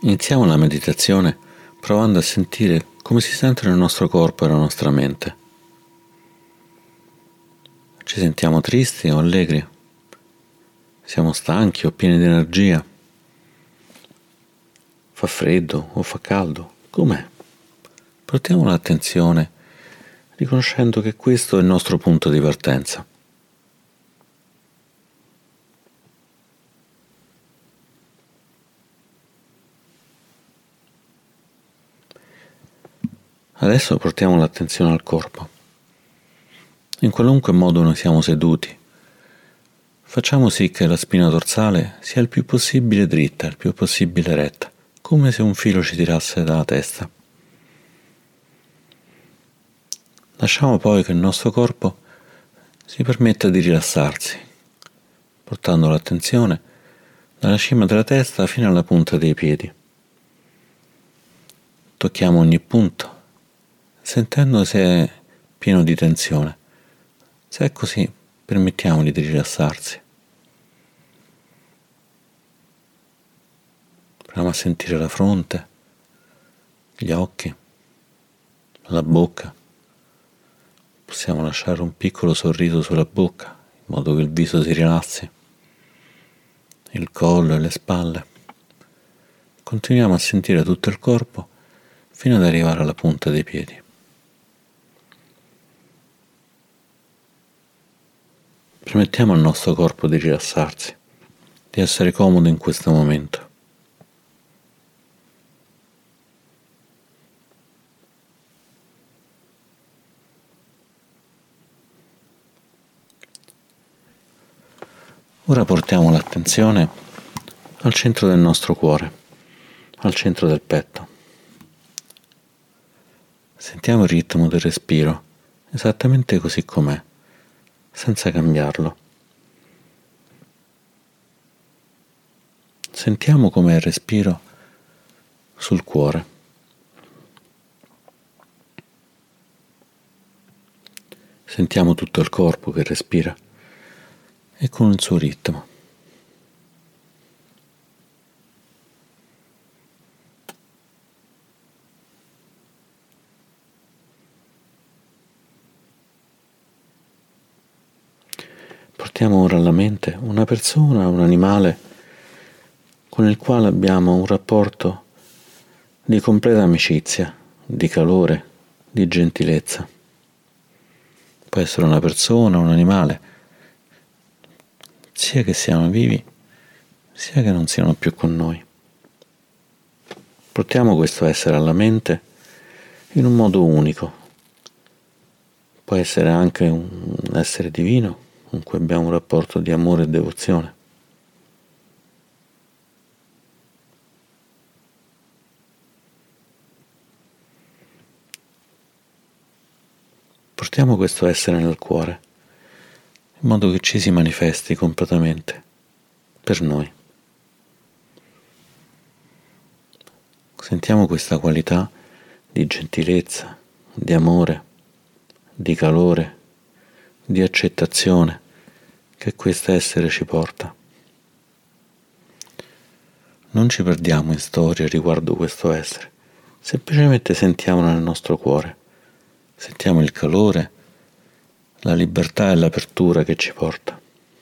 Iniziamo la meditazione provando a sentire come si sentono il nostro corpo e la nostra mente. Ci sentiamo tristi o allegri? Siamo stanchi o pieni di energia? Fa freddo o fa caldo? Com'è? Portiamo l'attenzione riconoscendo che questo è il nostro punto di partenza. Adesso portiamo l'attenzione al corpo. In qualunque modo noi siamo seduti, facciamo sì che la spina dorsale sia il più possibile dritta, il più possibile retta, come se un filo ci tirasse dalla testa. Lasciamo poi che il nostro corpo si permetta di rilassarsi, portando l'attenzione dalla cima della testa fino alla punta dei piedi. Tocchiamo ogni punto, sentendo se è pieno di tensione. Se è così, permettiamogli di rilassarsi. Proviamo a sentire la fronte, gli occhi, la bocca. Possiamo lasciare un piccolo sorriso sulla bocca, in modo che il viso si rilassi, il collo e le spalle. Continuiamo a sentire tutto il corpo fino ad arrivare alla punta dei piedi. Permettiamo al nostro corpo di rilassarsi, di essere comodo in questo momento. Ora portiamo l'attenzione al centro del nostro cuore, al centro del petto. Sentiamo il ritmo del respiro, esattamente così com'è, senza cambiarlo. Sentiamo com'è il respiro sul cuore. Sentiamo tutto il corpo che respira e con il suo ritmo. Portiamo ora alla mente una persona, un animale con il quale abbiamo un rapporto di completa amicizia, di calore, di gentilezza. Può essere una persona, un animale, sia che siano vivi, sia che non siano più con noi. Portiamo questo essere alla mente in un modo unico. Può essere anche un essere divino con cui abbiamo un rapporto di amore e devozione. Portiamo questo essere nel cuore, in modo che ci si manifesti completamente per noi. Sentiamo questa qualità di gentilezza, di amore, di calore, di accettazione che questo essere ci porta. Non ci perdiamo in storie riguardo questo essere, semplicemente sentiamolo nel nostro cuore, sentiamo il calore, la libertà e l'apertura che ci porta.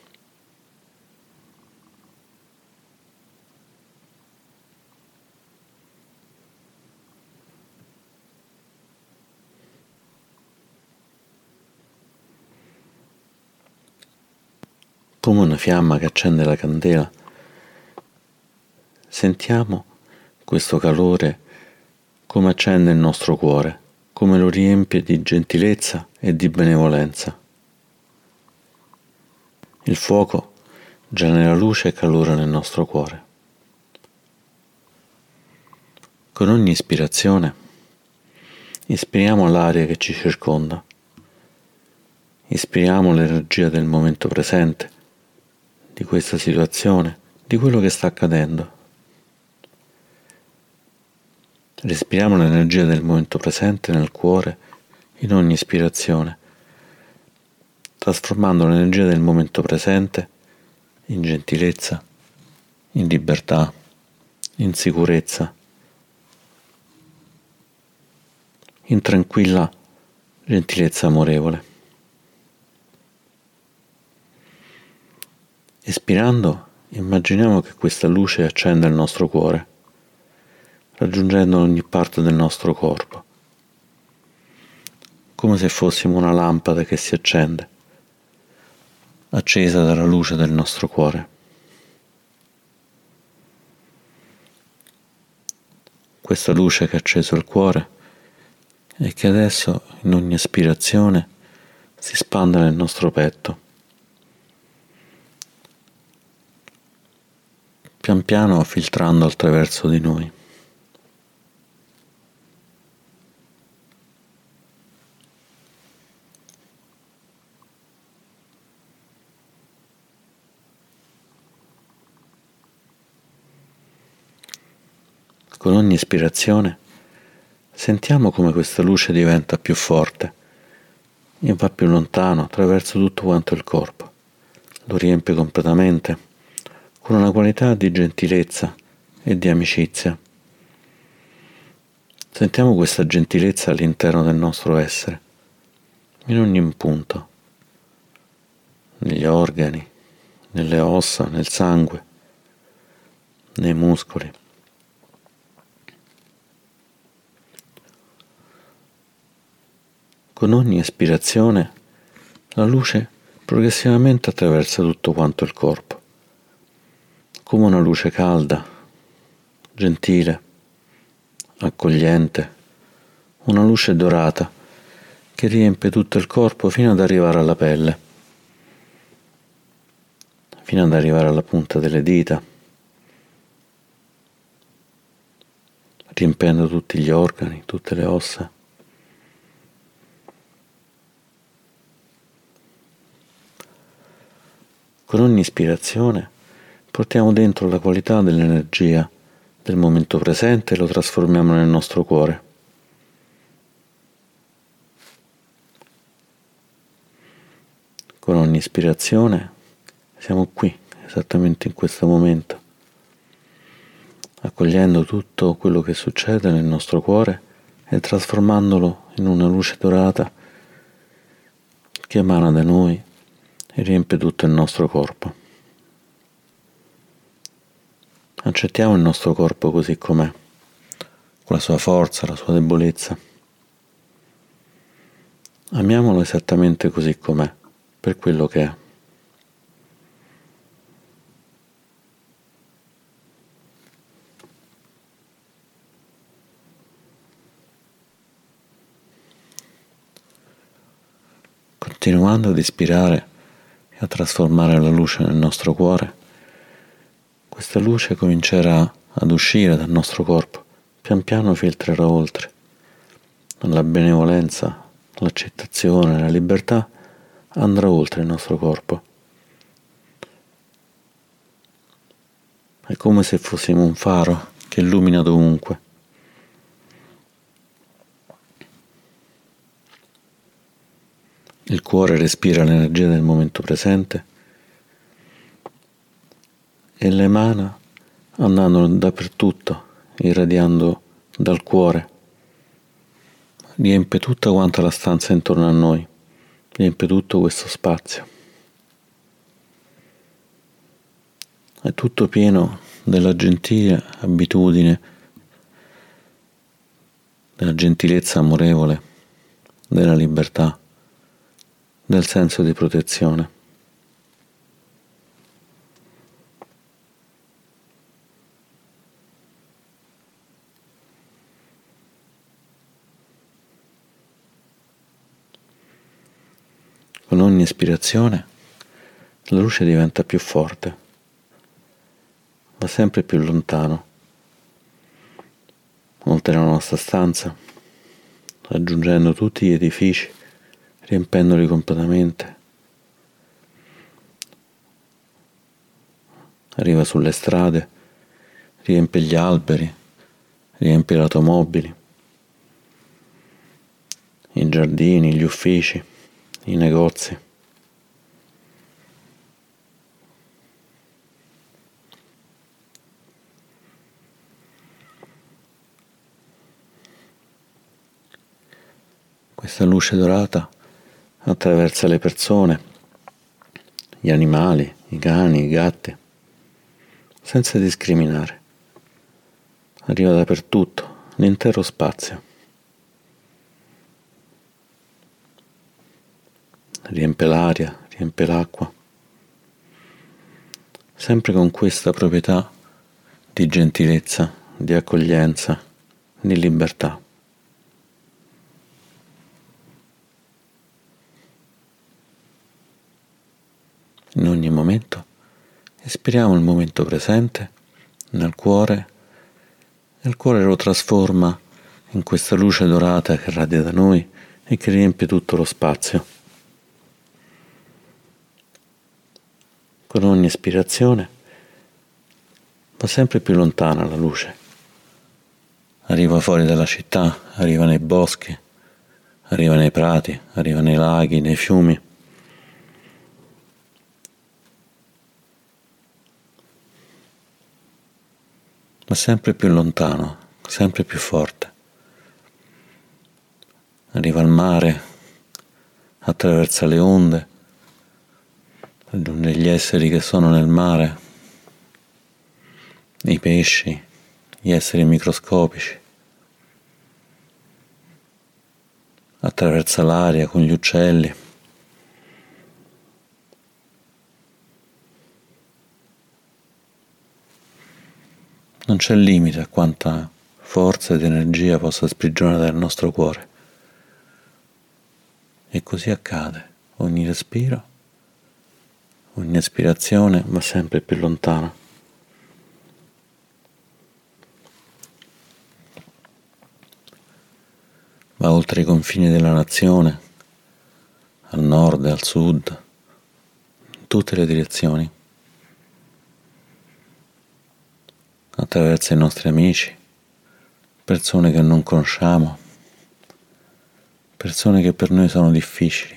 Come una fiamma che accende la candela, sentiamo questo calore come accende il nostro cuore, come lo riempie di gentilezza e di benevolenza. Il fuoco genera luce e calore nel nostro cuore. Con ogni ispirazione ispiriamo l'aria che ci circonda, ispiriamo l'energia del momento presente, di questa situazione, di quello che sta accadendo. Respiriamo l'energia del momento presente nel cuore in ogni ispirazione, trasformando l'energia del momento presente in gentilezza, in libertà, in sicurezza, in tranquilla gentilezza amorevole. Espirando, immaginiamo che questa luce accenda il nostro cuore, raggiungendo ogni parte del nostro corpo, come se fossimo una lampada che si accende, accesa dalla luce del nostro cuore. Questa luce che ha acceso il cuore e che adesso, in ogni aspirazione, si spande nel nostro petto, pian piano filtrando attraverso di noi. Con ogni ispirazione sentiamo come questa luce diventa più forte e va più lontano attraverso tutto quanto il corpo, lo riempie completamente con una qualità di gentilezza e di amicizia. Sentiamo questa gentilezza all'interno del nostro essere, in ogni punto, negli organi, nelle ossa, nel sangue, nei muscoli. Con ogni espirazione la luce progressivamente attraversa tutto quanto il corpo, come una luce calda, gentile, accogliente, una luce dorata che riempie tutto il corpo fino ad arrivare alla pelle, fino ad arrivare alla punta delle dita, riempiendo tutti gli organi, tutte le ossa. Con ogni ispirazione portiamo dentro la qualità dell'energia del momento presente e lo trasformiamo nel nostro cuore. Con ogni ispirazione siamo qui, esattamente in questo momento, accogliendo tutto quello che succede nel nostro cuore e trasformandolo in una luce dorata che emana da noi e riempie tutto il nostro corpo. Accettiamo il nostro corpo così com'è, con la sua forza, la sua debolezza. Amiamolo esattamente così com'è, per quello che è. Continuando ad ispirare e a trasformare la luce nel nostro cuore, questa luce comincerà ad uscire dal nostro corpo, pian piano filtrerà oltre. La benevolenza, l'accettazione, la libertà andrà oltre il nostro corpo. È come se fossimo un faro che illumina dovunque. Il cuore respira l'energia del momento presente e l'emana andando dappertutto, irradiando dal cuore. Riempie tutta quanta la stanza intorno a noi, riempie tutto questo spazio. È tutto pieno della gentile abitudine, della gentilezza amorevole, della libertà, del senso di protezione. Con ogni ispirazione la luce diventa più forte, va sempre più lontano, oltre la nostra stanza, raggiungendo tutti gli edifici, riempendoli completamente. Arriva sulle strade, riempie gli alberi, riempie le automobili, i giardini, gli uffici, i negozi. Questa luce dorata attraversa le persone, gli animali, i cani, i gatti, senza discriminare. Arriva dappertutto, l'intero spazio. Riempie l'aria, riempie l'acqua, sempre con questa proprietà di gentilezza, di accoglienza, di libertà. In ogni momento espiriamo il momento presente nel cuore e il cuore lo trasforma in questa luce dorata che radia da noi e che riempie tutto lo spazio. Con ogni espirazione va sempre più lontana la luce. Arriva fuori dalla città, arriva nei boschi, arriva nei prati, arriva nei laghi, nei fiumi. Ma sempre più lontano, sempre più forte. Arriva al mare, attraversa le onde, raggiunge gli esseri che sono nel mare, i pesci, gli esseri microscopici. Attraversa l'aria con gli uccelli. Non c'è limite a quanta forza ed energia possa sprigionare dal nostro cuore. E così accade. Ogni respiro, ogni espirazione va sempre più lontana. Va oltre i confini della nazione, al nord e al sud, in tutte le direzioni. Attraverso i nostri amici, persone che non conosciamo, persone che per noi sono difficili.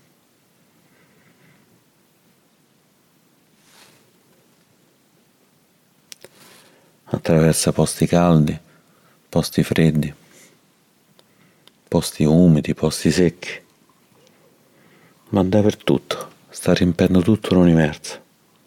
Attraversa posti caldi, posti freddi, posti umidi, posti secchi, ma dappertutto, sta riempiendo tutto l'universo.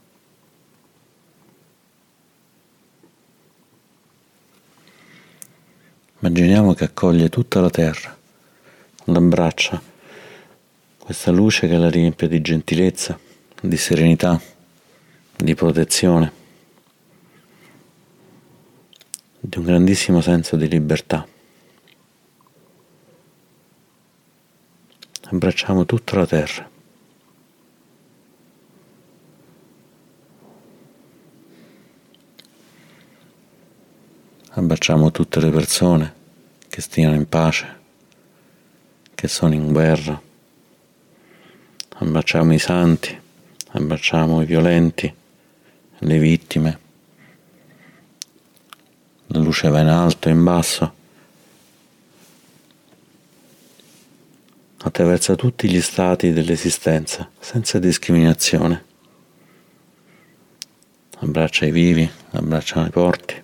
Immaginiamo che accoglie tutta la terra, l'abbraccia, questa luce che la riempie di gentilezza, di serenità, di protezione, di un grandissimo senso di libertà. Abbracciamo tutta la terra. Abbracciamo tutte le persone che stiano in pace, che sono in guerra. Abbracciamo i santi, abbracciamo i violenti, le vittime. La luce va in alto e in basso. Attraversa tutti gli stati dell'esistenza, senza discriminazione. Abbraccia i vivi, abbraccia i morti.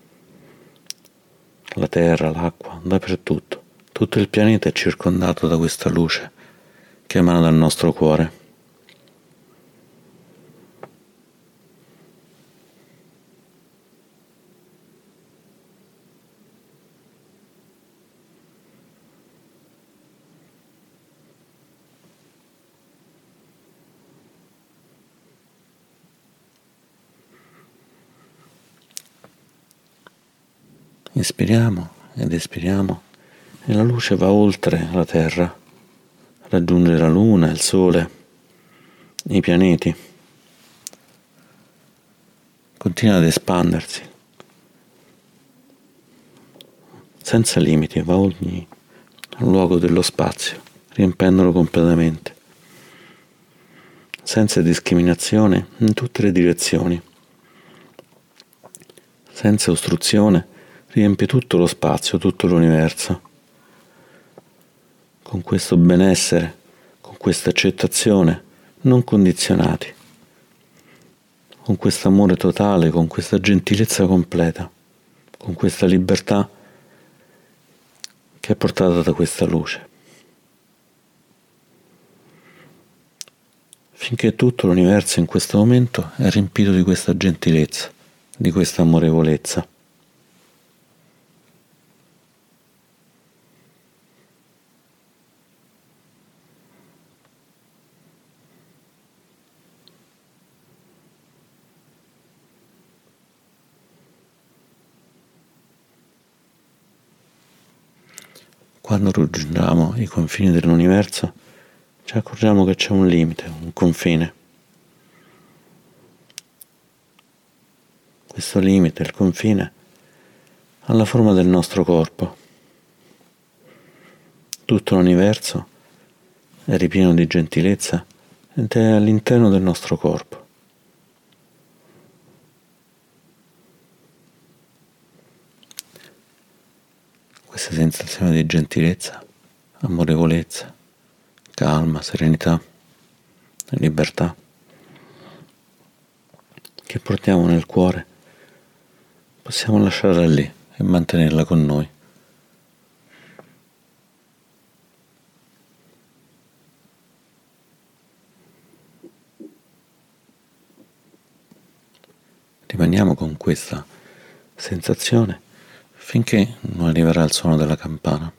La terra, l'acqua, dappertutto. Tutto il pianeta è circondato da questa luce che emana dal nostro cuore. Inspiriamo ed espiriamo e la luce va oltre la terra, raggiunge la luna, il sole, i pianeti. Continua ad espandersi, senza limiti, va a ogni luogo dello spazio, riempendolo completamente, senza discriminazione in tutte le direzioni, senza ostruzione. Riempie tutto lo spazio, tutto l'universo, con questo benessere, con questa accettazione, non condizionati, con questo amore totale, con questa gentilezza completa, con questa libertà che è portata da questa luce. finché tutto l'universo in questo momento è riempito di questa gentilezza, di questa amorevolezza. Quando raggiungiamo i confini dell'universo, ci accorgiamo che c'è un limite, un confine. Questo limite, il confine, ha la forma del nostro corpo. Tutto l'universo è ripieno di gentilezza ed è all'interno del nostro corpo. Questa sensazione di gentilezza, amorevolezza, calma, serenità e libertà che portiamo nel cuore, possiamo lasciarla lì e mantenerla con noi. Rimaniamo con questa sensazione finché non arriverà il suono della campana.